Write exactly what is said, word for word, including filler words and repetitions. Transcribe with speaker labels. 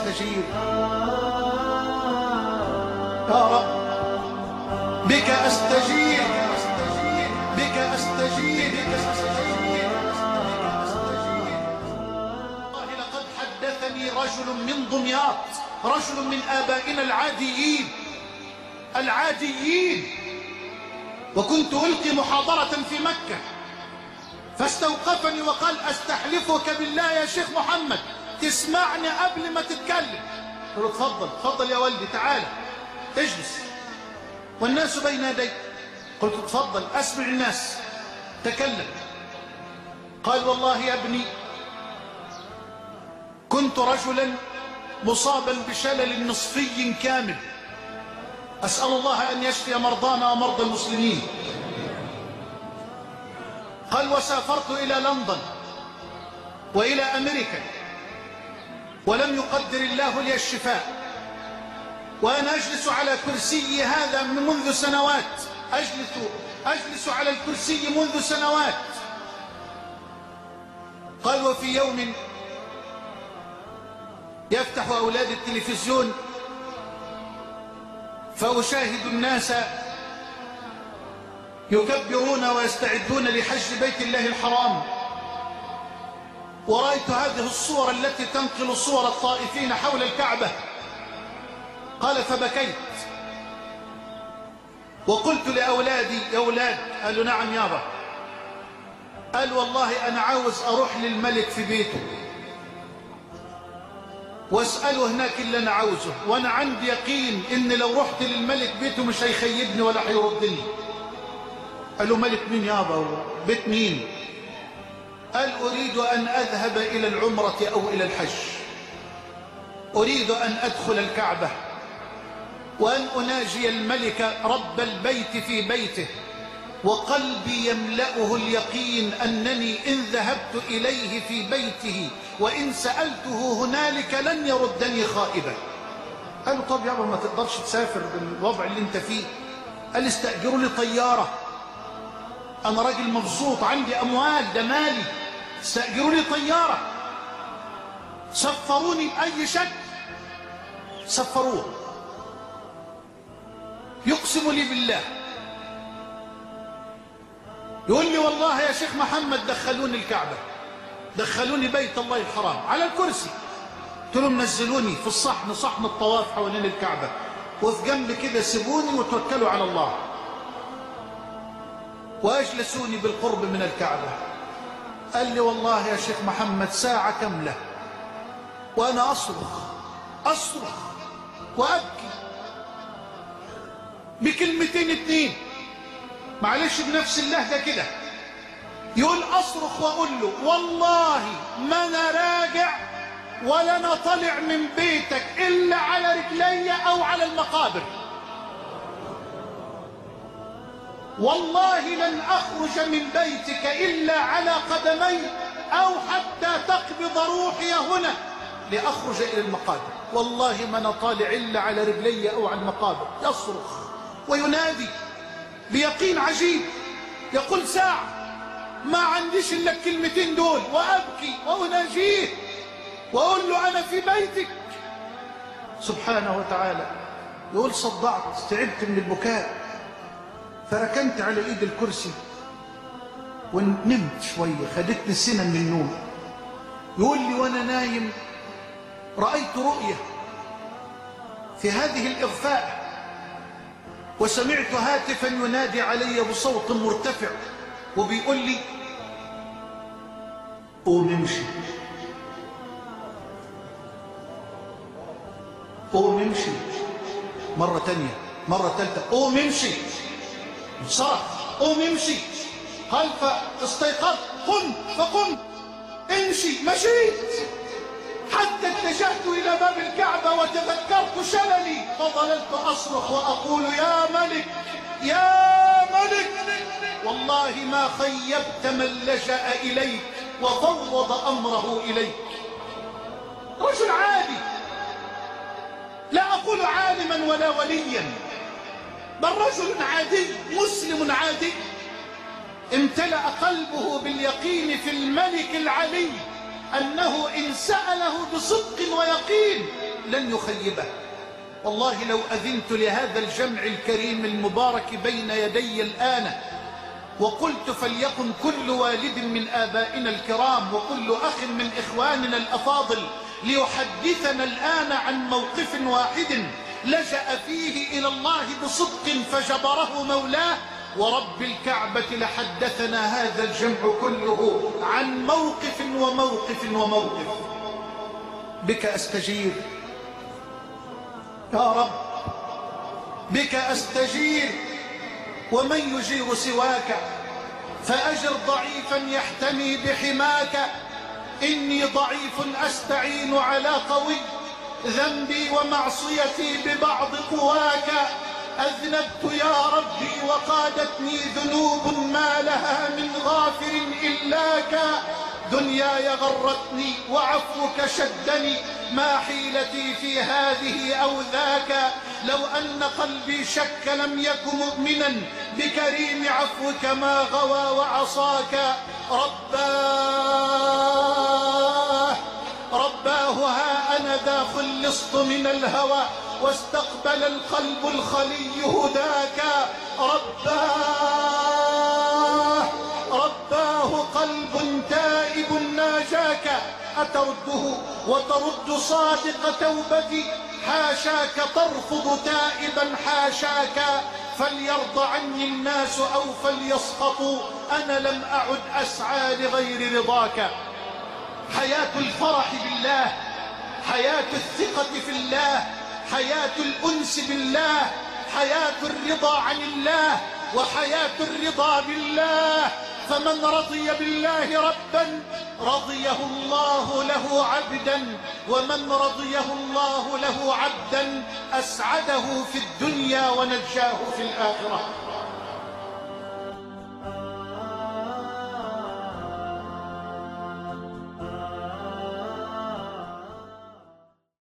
Speaker 1: أستجير، يا رب بك أستجير، بك أستجير، بك أستجير. والله لقد حدثني رجل من دمياط، رجل من آبائنا العاديين العاديين، وكنت ألقي محاضرة في مكة، فاستوقفني وقال: أستحلفك بالله يا شيخ محمد تسمعني قبل ما تتكلم. قلت له: اتفضل اتفضل يا ولدي، تعالى اجلس والناس بين يديك. قلت: اتفضل أسمع الناس، تكلم. قال: والله يا ابني كنت رجلا مصابا بشلل نصفي كامل، أسأل الله أن يشفي مرضانا ومرضى المسلمين. قال: وسافرت إلى لندن وإلى أمريكا ولم يقدر الله لي الشفاء، وأنا أجلس على كرسي هذا منذ سنوات، أجلس أجلس على الكرسي منذ سنوات. قال: وفي يوم يفتح أولاد التلفزيون فأشاهد الناس يكبرون ويستعدون لحج بيت الله الحرام، ورأيت هذه الصور التي تنقل صور الطائفين حول الكعبة. قال: فبكيت وقلت لأولادي: يا أولاد. قالوا: نعم يابا. قال: والله أنا عاوز أروح للملك في بيته واسأله هناك اللي أنا عاوزه، وأنا عندي يقين إن لو رحت للملك بيته مش هيخيبني ولا هيردني. قالوا: ملك مين يابا؟ بيت مين؟ قال: أريد أن أذهب إلى العمرة أو إلى الحج، أريد أن أدخل الكعبة وأن أناجي الملك رب البيت في بيته، وقلبي يملأه اليقين أنني إن ذهبت إليه في بيته وإن سألته هنالك لن يردني خائبا. قالوا: طب يابا ما تقدرش تسافر بالوضع اللي انت فيه؟ قال: استأجروا لي طيارة، أنا راجل مبسوط عندي أموال، ده مالي، استأجروا لي طيارة. سفروني بأي شكل سفروه. يقسم لي بالله، يقول لي: والله يا شيخ محمد دخلوني الكعبة، دخلوني بيت الله الحرام على الكرسي. قلت لهم: نزلوني في الصحن، صحن الطواف حوالين الكعبة، وفي جنب كده سيبوني وتوكلوا على الله، وأجلسوني بالقرب من الكعبة. قال لي: والله يا شيخ محمد ساعة كاملة وأنا أصرخ أصرخ وأبكي بكلمتين اتنين، معلش بنفس اللهجة كده. يقول: أصرخ وأقول له: والله ما أنا راجع ولا أنا طالع من بيتك إلا على رجلي أو على المقابر، والله لن أخرج من بيتك إلا على قدمي أو حتى تقبض روحي هنا لأخرج إلى المقابر، والله ما أنا طالع إلا على رجلي أو على المقابر. يصرخ وينادي بيقين عجيب. يقول: ساعة ما عنديش إلا الكلمتين دول، وأبكي وأناجيه وأقول له: أنا في بيتك سبحانه وتعالى. يقول: صدعت، تعبت من البكاء، فركنت على ايد الكرسي ونمت شوية، خدتني سنة من النوم. يقول لي: وانا نايم رأيت رؤية في هذه الإغفاء، وسمعت هاتفا ينادي علي بصوت مرتفع وبيقول لي: قوم امشي، قوم امشي. مرة تانية، مرة ثالثة: قوم امشي. صرخ: قوم امشي. قال: فاستيقظت، قمت فقمت، امشي. مشيت حتى اتجهت إلى باب الكعبة وتذكرت شللي، فظللت أصرخ وأقول: يا ملك يا ملك، والله ما خيبت من لجأ إليك وفوض أمره إليك. رجل عادي، لا أقول عالما ولا وليا، بل رجل عادي مسلم عادي امتلأ قلبه باليقين في الملك العلي أنه إن سأله بصدق ويقين لن يخيبه. والله لو أذنت لهذا الجمع الكريم المبارك بين يدي الآن وقلت فليقم كل والد من آبائنا الكرام وكل أخ من إخواننا الأفاضل ليحدثنا الآن عن موقف واحد لجأ فيه إلى الله بصدق فجبره مولاه، ورب الكعبة لحدثنا هذا الجمع كله عن موقف وموقف وموقف. بك أستجير يا رب، بك أستجير، ومن يجير سواك؟ فأجر ضعيفا يحتمي بحماك. إني ضعيف أستعين على قوي، ذنبي ومعصيتي ببعض قواك. أذنبت يا ربي وقادتني ذنوب ما لها من غافر إلاك. دنياي غرتني وعفوك شدني، ما حيلتي في هذه أو ذاك. لو أن قلبي شك لم يك مؤمنا بكريم عفوك ما غوى وعصاك. رباه رباه ها أنا ذا خلصت من الهوى واستقبل القلب الخلي هداك. رباه رباه قلب تائب ناجاك، أترده وترد صادق توبتي؟ حاشاك ترفض تائبا حاشاك. فليرضى عني الناس أو فليسخطوا، أنا لم أعد أسعى لغير رضاك. حياة الفرح بالله، حياة الثقة في الله، حياة الأنس بالله، حياة الرضا عن الله، وحياة الرضا بالله. فمن رضي بالله ربا رضيه الله له عبدا، ومن رضيه الله له عبدا أسعده في الدنيا ونجاه في الآخرة.